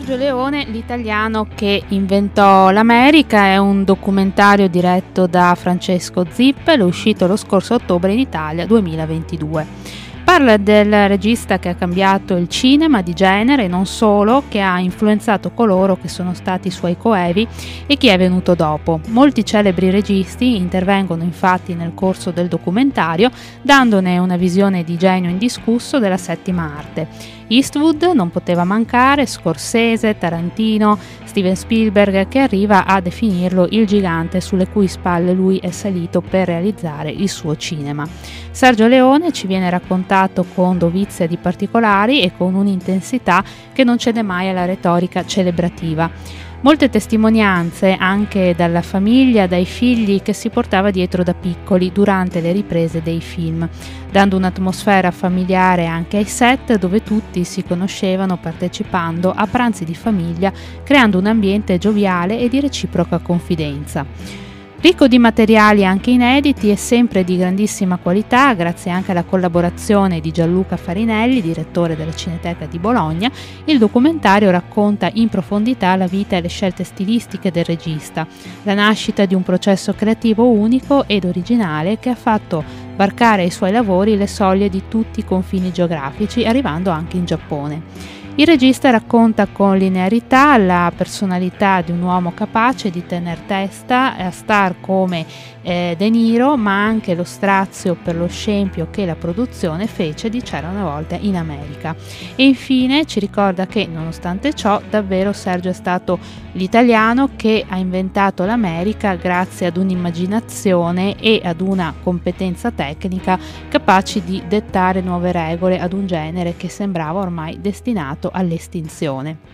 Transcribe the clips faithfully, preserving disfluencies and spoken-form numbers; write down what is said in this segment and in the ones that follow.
Sergio Leone, l'italiano che inventò l'America, è un documentario diretto da Francesco Zippel, uscito lo scorso ottobre in Italia duemilaventidue. Parla del regista che ha cambiato il cinema di genere e non solo, che ha influenzato coloro che sono stati suoi coevi e chi è venuto dopo. Molti celebri registi intervengono infatti nel corso del documentario, dandone una visione di genio indiscusso della settima arte. Eastwood non poteva mancare, Scorsese, Tarantino, Steven Spielberg, che arriva a definirlo il gigante sulle cui spalle lui è salito per realizzare il suo cinema. Sergio Leone ci viene raccontato con dovizia di particolari e con un'intensità che non cede mai alla retorica celebrativa. Molte testimonianze anche dalla famiglia, dai figli che si portava dietro da piccoli durante le riprese dei film, dando un'atmosfera familiare anche ai set dove tutti si conoscevano partecipando a pranzi di famiglia, creando un ambiente gioviale e di reciproca confidenza. Ricco di materiali anche inediti e sempre di grandissima qualità, grazie anche alla collaborazione di Gianluca Farinelli, direttore della Cineteca di Bologna, il documentario racconta in profondità la vita e le scelte stilistiche del regista, la nascita di un processo creativo unico ed originale che ha fatto varcare ai suoi lavori le soglie di tutti i confini geografici, arrivando anche in Giappone. Il regista racconta con linearità la personalità di un uomo capace di tener testa a star come eh, De Niro, ma anche lo strazio per lo scempio che la produzione fece di C'era una volta in America. E infine ci ricorda che, nonostante ciò, davvero Sergio è stato l'italiano che ha inventato l'America grazie ad un'immaginazione e ad una competenza tecnica capaci di dettare nuove regole ad un genere che sembrava ormai destinato all'estinzione.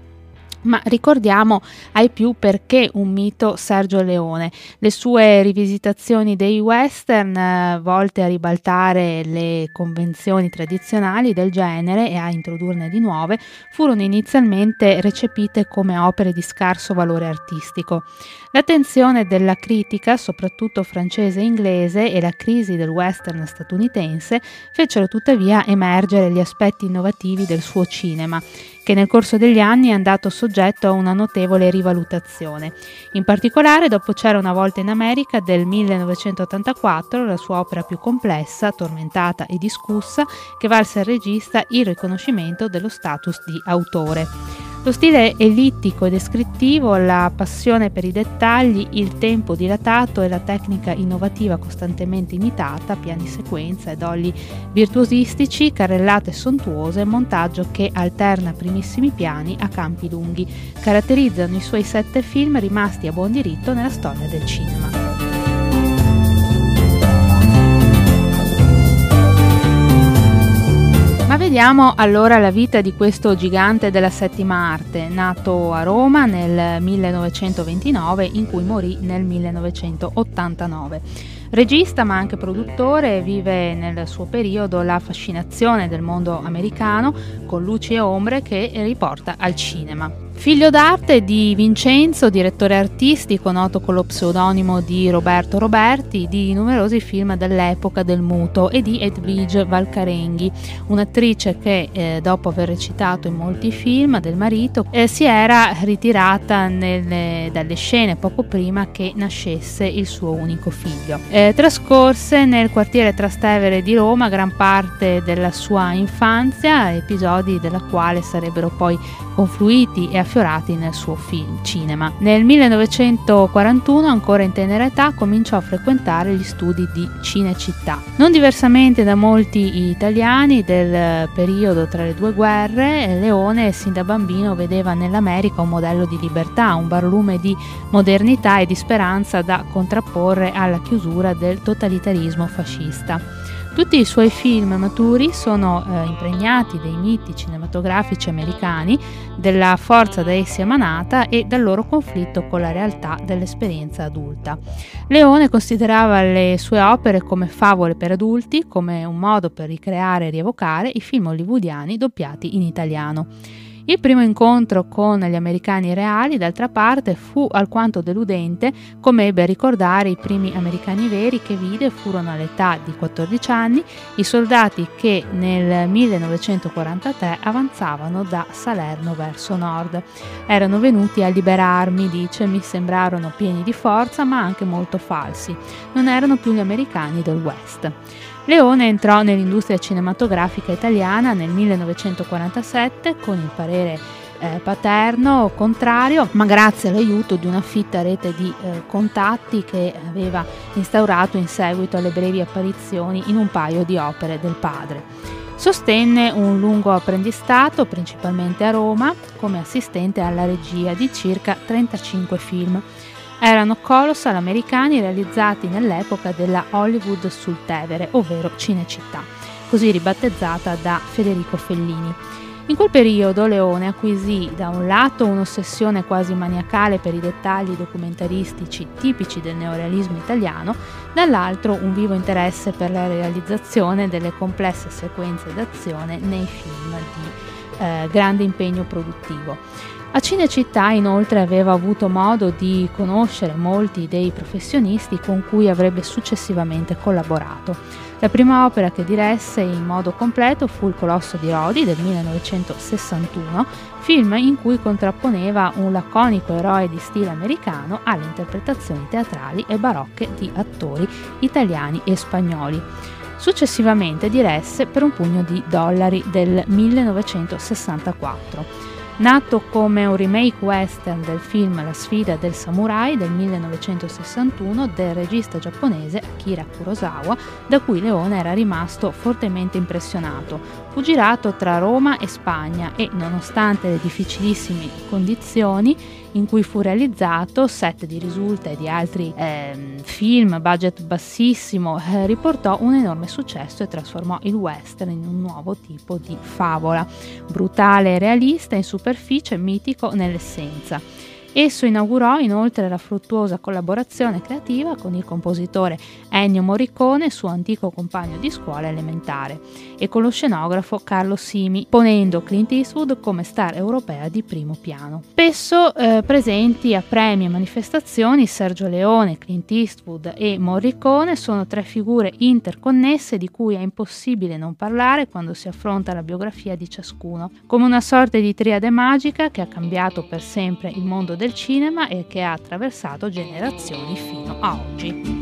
Ma ricordiamo ai più perché un mito Sergio Leone. Le sue rivisitazioni dei western, eh, volte a ribaltare le convenzioni tradizionali del genere e a introdurne di nuove, furono inizialmente recepite come opere di scarso valore artistico. L'attenzione della critica, soprattutto francese e inglese, e la crisi del western statunitense fecero tuttavia emergere gli aspetti innovativi del suo cinema, che nel corso degli anni è andato soggetto a una notevole rivalutazione. In particolare, dopo C'era una volta in America del millenovecentottantaquattro, la sua opera più complessa, tormentata e discussa, che valse al regista il riconoscimento dello status di autore. Lo stile ellittico e descrittivo, la passione per i dettagli, il tempo dilatato e la tecnica innovativa costantemente imitata, piani sequenza ed olli virtuosistici, carrellate sontuose, montaggio che alterna primissimi piani a campi lunghi, caratterizzano i suoi sette film rimasti a buon diritto nella storia del cinema. Ma vediamo allora la vita di questo gigante della settima arte, nato a Roma nel millenovecentoventinove, in cui morì nel millenovecentottantanove. Regista ma anche produttore, vive nel suo periodo la fascinazione del mondo americano con luci e ombre che riporta al cinema. Figlio d'arte di Vincenzo, direttore artistico noto con lo pseudonimo di Roberto Roberti, di numerosi film dell'epoca del muto, e di Edvige Valcarenghi, un'attrice che eh, dopo aver recitato in molti film del marito eh, si era ritirata nelle, dalle scene poco prima che nascesse il suo unico figlio. Eh, trascorse nel quartiere Trastevere di Roma gran parte della sua infanzia, episodi della quale sarebbero poi confluiti e affiorati nel suo film cinema. Nel millenovecentoquarantuno, ancora in tenera età, cominciò a frequentare gli studi di Cinecittà. Non diversamente da molti italiani del periodo tra le due guerre, Leone sin da bambino vedeva nell'America un modello di libertà, un barlume di modernità e di speranza da contrapporre alla chiusura del totalitarismo fascista. Tutti i suoi film maturi sono eh, impregnati dei miti cinematografici americani, della forza da essi emanata e dal loro conflitto con la realtà dell'esperienza adulta. Leone considerava le sue opere come favole per adulti, come un modo per ricreare e rievocare i film hollywoodiani doppiati in italiano. Il primo incontro con gli americani reali, d'altra parte, fu alquanto deludente, come ebbe a ricordare i primi americani veri che vide furono all'età di quattordici anni i soldati che nel millenovecentoquarantatré avanzavano da Salerno verso nord. Erano venuti a liberarmi, dice, mi sembrarono pieni di forza ma anche molto falsi. Non erano più gli americani del West. Leone entrò nell'industria cinematografica italiana nel millenovecentoquarantasette con il parere eh, paterno contrario, ma grazie all'aiuto di una fitta rete di eh, contatti che aveva instaurato in seguito alle brevi apparizioni in un paio di opere del padre. Sostenne un lungo apprendistato, principalmente a Roma, come assistente alla regia di circa trentacinque film. Erano colossal americani realizzati nell'epoca della Hollywood sul Tevere, ovvero Cinecittà, così ribattezzata da Federico Fellini. In quel periodo Leone acquisì da un lato un'ossessione quasi maniacale per i dettagli documentaristici tipici del neorealismo italiano, dall'altro un vivo interesse per la realizzazione delle complesse sequenze d'azione nei film di eh, grande impegno produttivo. A Cinecittà inoltre aveva avuto modo di conoscere molti dei professionisti con cui avrebbe successivamente collaborato. La prima opera che diresse in modo completo fu Il Colosso di Rodi del millenovecentosessantuno, film in cui contrapponeva un laconico eroe di stile americano alle interpretazioni teatrali e barocche di attori italiani e spagnoli. Successivamente diresse Per un pugno di dollari del millenovecentosessantaquattro. Nato come un remake western del film La sfida del samurai del millenovecentosessantuno del regista giapponese Akira Kurosawa, da cui Leone era rimasto fortemente impressionato. Fu girato tra Roma e Spagna e, nonostante le difficilissime condizioni in cui fu realizzato, set di risulta e di altri eh, film, budget bassissimo, eh, riportò un enorme successo e trasformò il western in un nuovo tipo di favola, brutale e realista in superficie, mitico nell'essenza. Esso inaugurò inoltre la fruttuosa collaborazione creativa con il compositore Ennio Morricone, suo antico compagno di scuola elementare, e con lo scenografo Carlo Simi, ponendo Clint Eastwood come star europea di primo piano. Spesso eh, presenti a premi e manifestazioni, Sergio Leone, Clint Eastwood e Morricone sono tre figure interconnesse di cui è impossibile non parlare quando si affronta la biografia di ciascuno, come una sorta di triade magica che ha cambiato per sempre il mondo del cinema e che ha attraversato generazioni fino a oggi.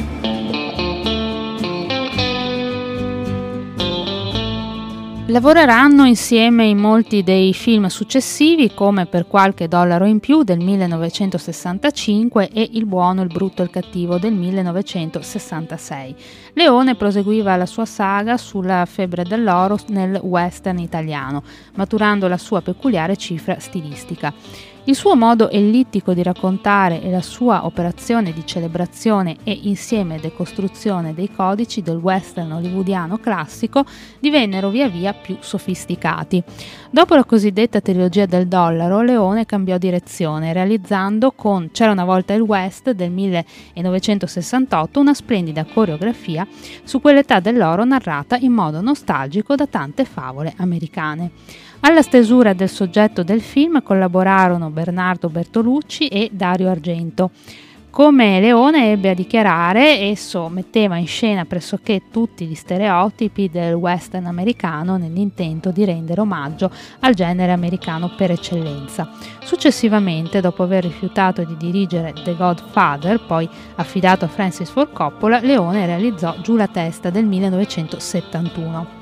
Lavoreranno insieme in molti dei film successivi, come Per qualche dollaro in più del millenovecentosessantacinque e Il buono, il brutto e il cattivo del millenovecentosessantasei. Leone proseguiva la sua saga sulla febbre dell'oro nel western italiano, maturando la sua peculiare cifra stilistica. Il suo modo ellittico di raccontare e la sua operazione di celebrazione e insieme decostruzione dei codici del western hollywoodiano classico divennero via via più sofisticati. Dopo la cosiddetta trilogia del dollaro, Leone cambiò direzione, realizzando con C'era una volta il West del millenovecentosessantotto una splendida coreografia su quell'età dell'oro narrata in modo nostalgico da tante favole americane. Alla stesura del soggetto del film collaborarono Bernardo Bertolucci e Dario Argento. Come Leone ebbe a dichiarare, esso metteva in scena pressoché tutti gli stereotipi del western americano nell'intento di rendere omaggio al genere americano per eccellenza. Successivamente, dopo aver rifiutato di dirigere The Godfather, poi affidato a Francis Ford Coppola, Leone realizzò Giù la testa del millenovecentosettantuno.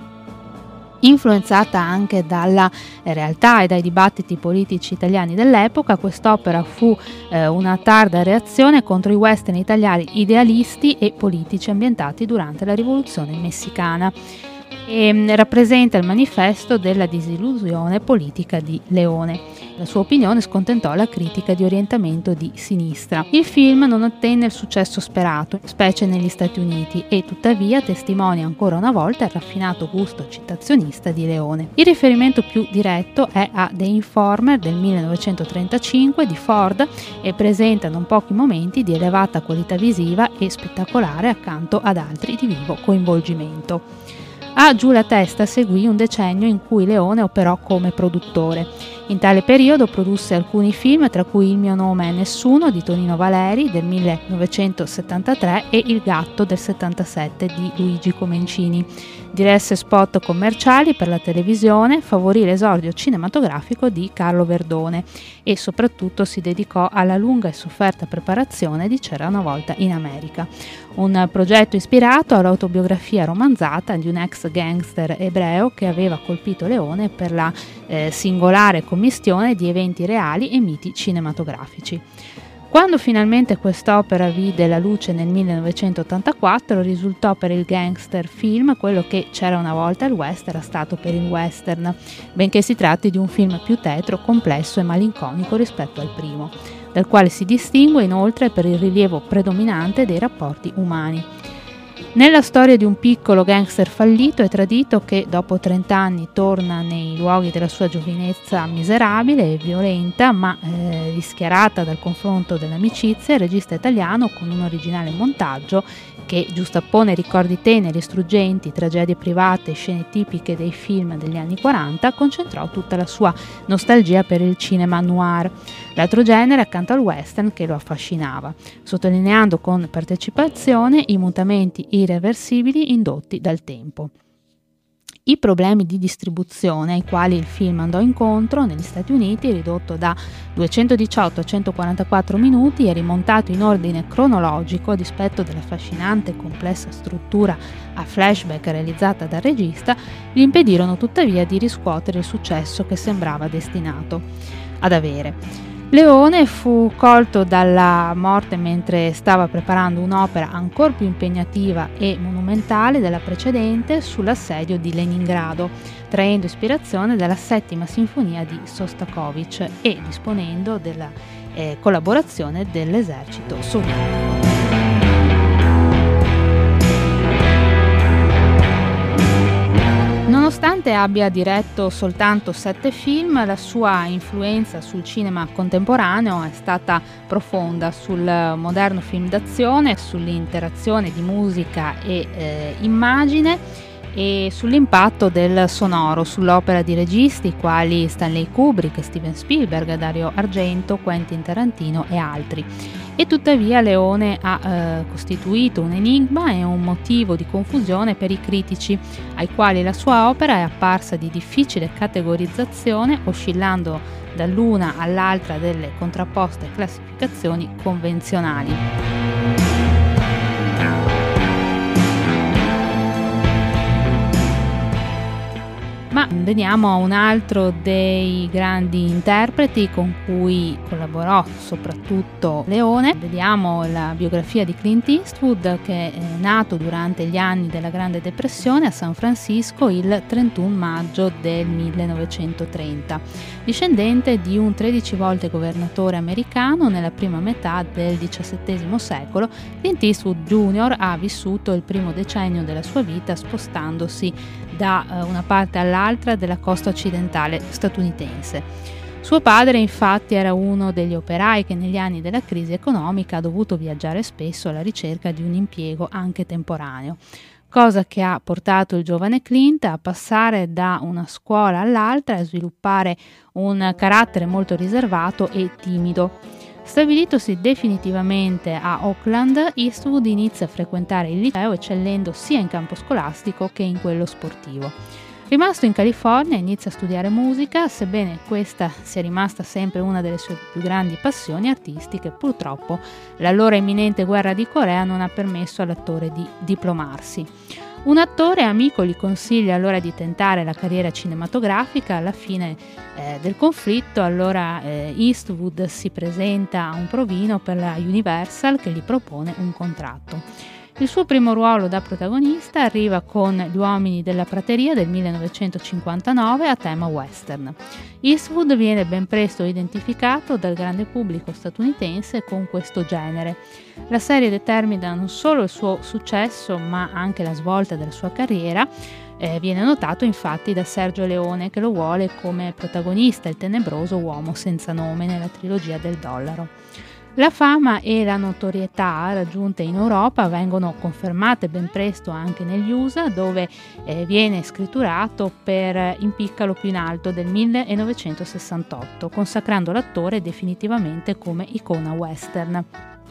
Influenzata anche dalla realtà e dai dibattiti politici italiani dell'epoca, quest'opera fu eh, una tarda reazione contro i western italiani idealisti e politici ambientati durante la rivoluzione messicana e mh, rappresenta il manifesto della disillusione politica di Leone. La sua opinione scontentò la critica di orientamento di sinistra. Il film non ottenne il successo sperato, specie negli Stati Uniti, e tuttavia testimonia ancora una volta il raffinato gusto citazionista di Leone. Il riferimento più diretto è a The Informer del millenovecentotrentacinque di Ford e presenta non pochi momenti di elevata qualità visiva e spettacolare accanto ad altri di vivo coinvolgimento. A Giù la testa seguì un decennio in cui Leone operò come produttore. In tale periodo produsse alcuni film, tra cui Il mio nome è Nessuno di Tonino Valeri del millenovecentosettantatré e Il gatto del settantasette di Luigi Comencini. Diresse spot commerciali per la televisione, favorì l'esordio cinematografico di Carlo Verdone e soprattutto si dedicò alla lunga e sofferta preparazione di C'era una volta in America, un progetto ispirato all'autobiografia romanzata di un ex gangster ebreo che aveva colpito Leone per la eh, singolare commistione di eventi reali e miti cinematografici. Quando finalmente quest'opera vide la luce nel millenovecentottantaquattro, risultò per il gangster film quello che C'era una volta il West era stato per il western, benché si tratti di un film più tetro, complesso e malinconico rispetto al primo, dal quale si distingue inoltre per il rilievo predominante dei rapporti umani. Nella storia di un piccolo gangster fallito e tradito che dopo trent'anni torna nei luoghi della sua giovinezza miserabile e violenta, ma eh, rischiarata dal confronto dell'amicizia, il regista italiano, con un originale montaggio che giustappone ricordi teneri e struggenti, tragedie private e scene tipiche dei film degli anni quaranta, concentrò tutta la sua nostalgia per il cinema noir, l'altro genere accanto al western che lo affascinava, sottolineando con partecipazione i mutamenti irreversibili indotti dal tempo. I problemi di distribuzione ai quali il film andò incontro negli Stati Uniti, ridotto da duecentodiciotto a centoquarantaquattro minuti e rimontato in ordine cronologico a dispetto dell'affascinante e complessa struttura a flashback realizzata dal regista, gli impedirono tuttavia di riscuotere il successo che sembrava destinato ad avere. Leone fu colto dalla morte mentre stava preparando un'opera ancora più impegnativa e monumentale della precedente sull'assedio di Leningrado, traendo ispirazione dalla settima sinfonia di Shostakovich e disponendo della eh, collaborazione dell'esercito sovietico. Nonostante abbia diretto soltanto sette film, la sua influenza sul cinema contemporaneo è stata profonda sul moderno film d'azione, sull'interazione di musica e eh, immagine e sull'impatto del sonoro sull'opera di registi quali Stanley Kubrick, Steven Spielberg, Dario Argento, Quentin Tarantino e altri. E tuttavia Leone ha eh, costituito un enigma e un motivo di confusione per i critici, ai quali la sua opera è apparsa di difficile categorizzazione, oscillando dall'una all'altra delle contrapposte classificazioni convenzionali. Ma veniamo a un altro dei grandi interpreti con cui collaborò soprattutto Leone. Vediamo la biografia di Clint Eastwood, che è nato durante gli anni della Grande Depressione a San Francisco il trentuno maggio del millenovecentotrenta. Discendente di un tredici volte governatore americano nella prima metà del diciassettesimo secolo, Clint Eastwood junior ha vissuto il primo decennio della sua vita spostandosi da una parte all'altra della costa occidentale statunitense. Suo padre infatti era uno degli operai che negli anni della crisi economica ha dovuto viaggiare spesso alla ricerca di un impiego anche temporaneo, cosa che ha portato il giovane Clint a passare da una scuola all'altra e a sviluppare un carattere molto riservato e timido. Stabilitosi definitivamente a Oakland, Eastwood inizia a frequentare il liceo eccellendo sia in campo scolastico che in quello sportivo. Rimasto in California inizia a studiare musica, sebbene questa sia rimasta sempre una delle sue più grandi passioni artistiche, purtroppo l'allora imminente guerra di Corea non ha permesso all'attore di diplomarsi. Un attore amico gli consiglia allora di tentare la carriera cinematografica. Alla fine eh, del conflitto, allora eh, Eastwood si presenta a un provino per la Universal che gli propone un contratto. Il suo primo ruolo da protagonista arriva con Gli uomini della prateria del millenovecentocinquantanove a tema western. Eastwood viene ben presto identificato dal grande pubblico statunitense con questo genere. La serie determina non solo il suo successo ma anche la svolta della sua carriera. Eh, viene notato infatti da Sergio Leone, che lo vuole come protagonista, il tenebroso uomo senza nome nella trilogia del dollaro. La fama e la notorietà raggiunte in Europa vengono confermate ben presto anche negli U S A, dove eh, viene scritturato per In piccolo più in alto del millenovecentosessantotto, consacrando l'attore definitivamente come icona western.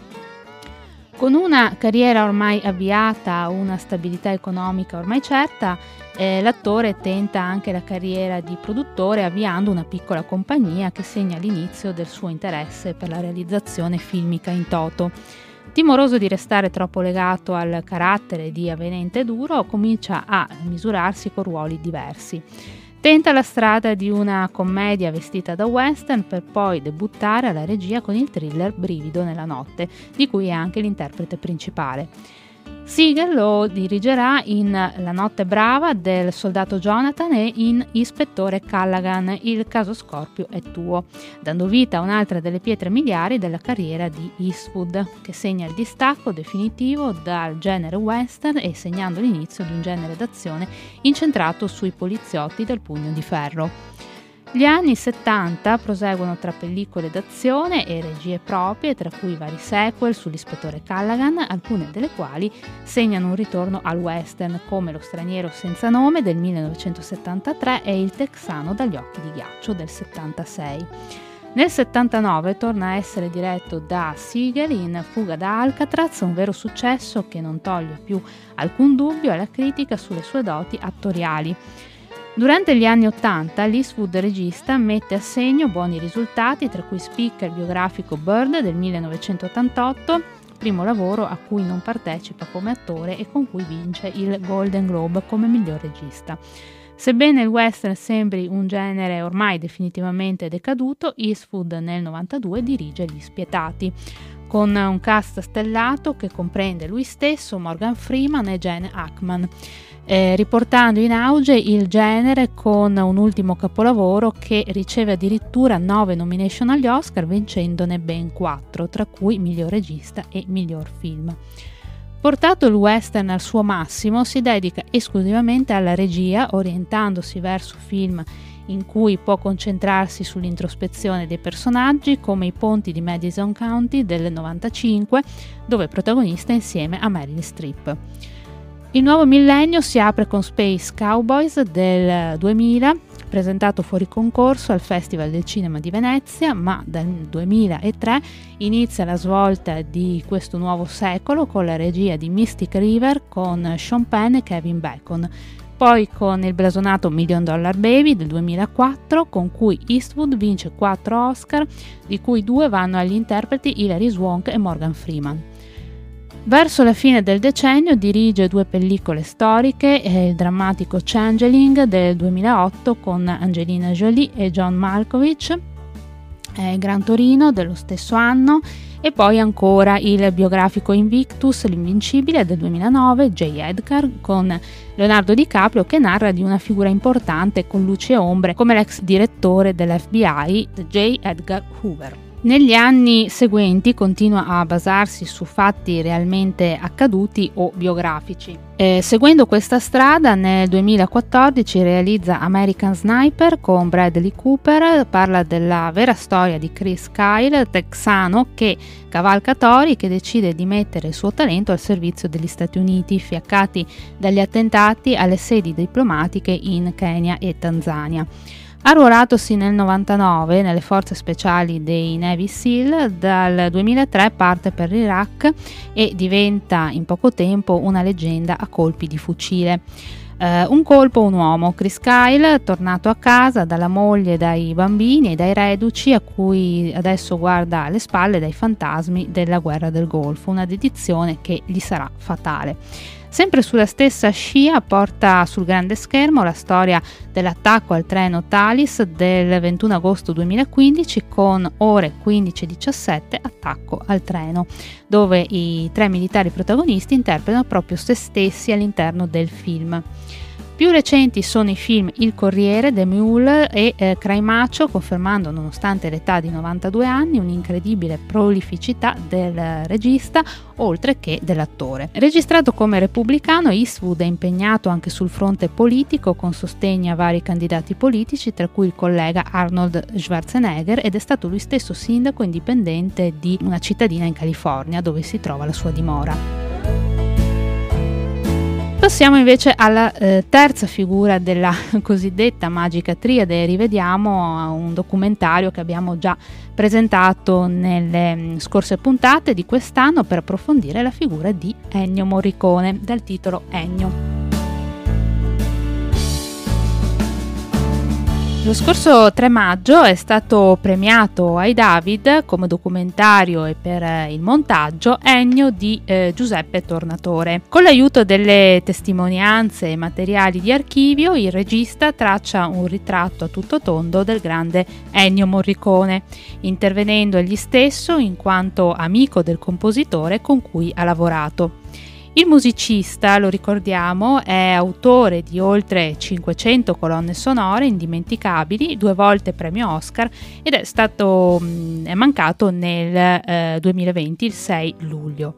Con una carriera ormai avviata, una stabilità economica ormai certa, eh, l'attore tenta anche la carriera di produttore avviando una piccola compagnia che segna l'inizio del suo interesse per la realizzazione filmica in toto. Timoroso di restare troppo legato al carattere di avvenente duro, comincia a misurarsi con ruoli diversi. Tenta la strada di una commedia vestita da western per poi debuttare alla regia con il thriller Brivido nella notte, di cui è anche l'interprete principale. Siegel lo dirigerà in La notte brava del soldato Jonathan e in Ispettore Callaghan, il caso Scorpio è tuo, dando vita a un'altra delle pietre miliari della carriera di Eastwood, che segna il distacco definitivo dal genere western e segnando l'inizio di un genere d'azione incentrato sui poliziotti del Pugno di Ferro. Gli anni settanta proseguono tra pellicole d'azione e regie proprie, tra cui vari sequel sull'ispettore Callaghan, alcune delle quali segnano un ritorno al western, come Lo straniero senza nome del millenovecentosettantatré e Il texano dagli occhi di ghiaccio del settantasei. Nel settantanove torna a essere diretto da Siegel in Fuga da Alcatraz, un vero successo che non toglie più alcun dubbio alla critica sulle sue doti attoriali. Durante gli anni Ottanta l'Eastwood regista mette a segno buoni risultati, tra cui spicca il biografico Bird del millenovecentottantotto, primo lavoro a cui non partecipa come attore e con cui vince il Golden Globe come miglior regista. Sebbene il western sembri un genere ormai definitivamente decaduto, Eastwood nel novantadue dirige Gli Spietati, con un cast stellato che comprende lui stesso, Morgan Freeman e Gene Hackman, eh, riportando in auge il genere con un ultimo capolavoro che riceve addirittura nove nomination agli Oscar, vincendone ben quattro, tra cui miglior regista e miglior film. Portato il western al suo massimo, si dedica esclusivamente alla regia, orientandosi verso film in cui può concentrarsi sull'introspezione dei personaggi, come I ponti di Madison County del novantacinque, dove è protagonista insieme a Meryl Streep. Il nuovo millennio si apre con Space Cowboys del duemila, presentato fuori concorso al Festival del Cinema di Venezia, ma dal duemilatré inizia la svolta di questo nuovo secolo con la regia di Mystic River con Sean Penn e Kevin Bacon, poi con il blasonato Million Dollar Baby del duemilaquattro, con cui Eastwood vince quattro Oscar, di cui due vanno agli interpreti Hilary Swank e Morgan Freeman. Verso la fine del decennio dirige due pellicole storiche, eh, il drammatico Changeling del duemilaotto con Angelina Jolie e John Malkovich, eh, Gran Torino dello stesso anno, e poi ancora il biografico Invictus, l'Invincibile del duemilanove, J. Edgar, con Leonardo DiCaprio, che narra di una figura importante con luci e ombre come l'ex direttore dell'F B I, J. Edgar Hoover. Negli anni seguenti continua a basarsi su fatti realmente accaduti o biografici. Eh, seguendo questa strada, nel duemilaquattordici realizza American Sniper con Bradley Cooper, parla della vera storia di Chris Kyle, texano che cavalca tori, che decide di mettere il suo talento al servizio degli Stati Uniti, fiaccati dagli attentati alle sedi diplomatiche in Kenya e Tanzania. Arruolatosi nel novantanove nelle forze speciali dei Navy SEAL, dal duemilatré parte per l'Iraq e diventa in poco tempo una leggenda a colpi di fucile. Uh, un colpo, un uomo, Chris Kyle, tornato a casa dalla moglie, dai bambini e dai reduci a cui adesso guarda alle spalle dai fantasmi della guerra del Golfo, una dedizione che gli sarà fatale. Sempre sulla stessa scia porta sul grande schermo la storia dell'attacco al treno Thalys del ventuno agosto duemilaquindici con ore quindici e diciassette attacco al treno, dove i tre militari protagonisti interpretano proprio se stessi all'interno del film. Più recenti sono i film Il Corriere, The Mule e eh, Cry Macho, confermando, nonostante l'età di novantadue anni, un'incredibile prolificità del regista, oltre che dell'attore. Registrato come repubblicano, Eastwood è impegnato anche sul fronte politico, con sostegni a vari candidati politici, tra cui il collega Arnold Schwarzenegger, ed è stato lui stesso sindaco indipendente di una cittadina in California, dove si trova la sua dimora. Passiamo invece alla eh, terza figura della cosiddetta magica triade. Rivediamo un documentario che abbiamo già presentato nelle mh, scorse puntate di quest'anno per approfondire la figura di Ennio Morricone, dal titolo Ennio. Lo scorso tre maggio è stato premiato ai David come documentario e per il montaggio Ennio di eh, Giuseppe Tornatore. Con l'aiuto delle testimonianze e materiali di archivio, il regista traccia un ritratto a tutto tondo del grande Ennio Morricone, intervenendo egli stesso in quanto amico del compositore con cui ha lavorato. Il musicista, lo ricordiamo, è autore di oltre cinquecento colonne sonore indimenticabili, due volte premio Oscar, ed è stato mh, è mancato nel eh, duemilaventi, il sei luglio.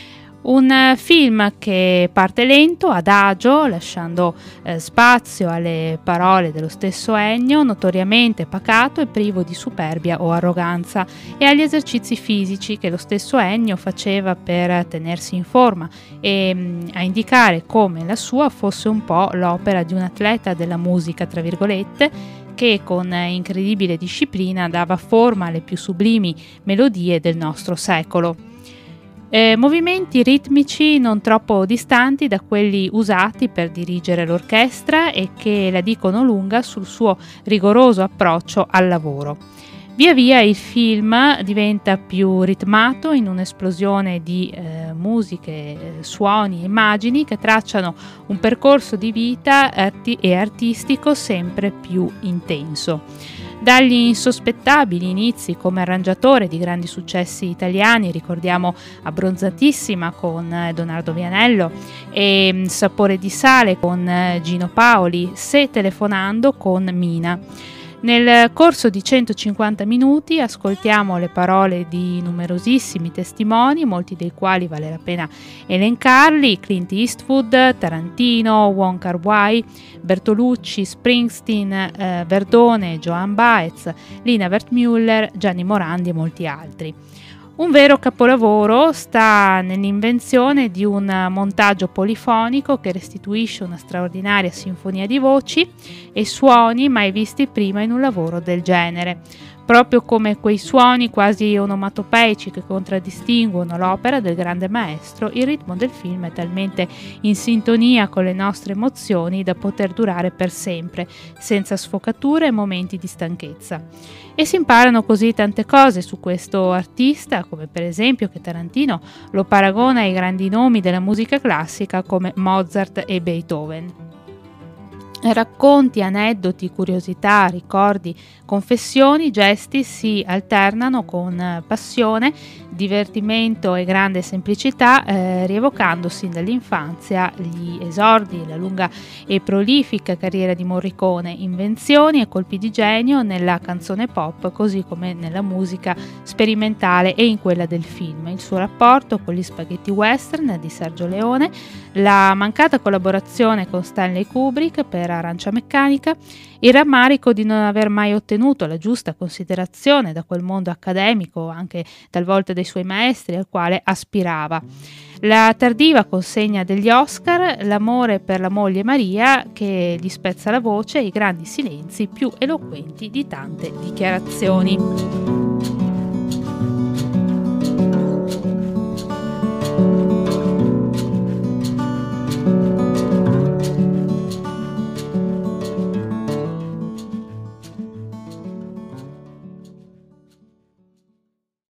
Un film che parte lento, adagio, lasciando eh, spazio alle parole dello stesso Ennio, notoriamente pacato e privo di superbia o arroganza, e agli esercizi fisici che lo stesso Ennio faceva per tenersi in forma, e mh, a indicare come la sua fosse un po' l'opera di un atleta della musica, tra virgolette, che con incredibile disciplina dava forma alle più sublimi melodie del nostro secolo. Eh, movimenti ritmici non troppo distanti da quelli usati per dirigere l'orchestra e che la dicono lunga sul suo rigoroso approccio al lavoro. Via via il film diventa più ritmato in un'esplosione di eh, musiche, eh, suoni e immagini che tracciano un percorso di vita arti- e artistico sempre più intenso. Dagli insospettabili inizi come arrangiatore di grandi successi italiani, ricordiamo Abbronzatissima con Edoardo Vianello e Sapore di sale con Gino Paoli, Se telefonando con Mina. Nel corso di centocinquanta minuti ascoltiamo le parole di numerosissimi testimoni, molti dei quali vale la pena elencarli: Clint Eastwood, Tarantino, Wong Kar-wai, Bertolucci, Springsteen, eh, Verdone, Joan Baez, Lina Wertmüller, Gianni Morandi e molti altri. Un vero capolavoro sta nell'invenzione di un montaggio polifonico che restituisce una straordinaria sinfonia di voci e suoni mai visti prima in un lavoro del genere. Proprio come quei suoni quasi onomatopeici che contraddistinguono l'opera del grande maestro, il ritmo del film è talmente in sintonia con le nostre emozioni da poter durare per sempre, senza sfocature e momenti di stanchezza. E si imparano così tante cose su questo artista, come per esempio che Tarantino lo paragona ai grandi nomi della musica classica come Mozart e Beethoven. Racconti, aneddoti, curiosità, ricordi, confessioni, gesti si alternano con passione, divertimento e grande semplicità, eh, rievocando sin dall'infanzia gli esordi, la lunga e prolifica carriera di Morricone, invenzioni e colpi di genio nella canzone pop, così come nella musica sperimentale e in quella del film, il suo rapporto con gli spaghetti western di Sergio Leone, la mancata collaborazione con Stanley Kubrick per Arancia Meccanica, il rammarico di non aver mai ottenuto la giusta considerazione da quel mondo accademico, anche talvolta dei suoi maestri, al quale aspirava, la tardiva consegna degli Oscar, l'amore per la moglie Maria che gli spezza la voce e i grandi silenzi più eloquenti di tante dichiarazioni.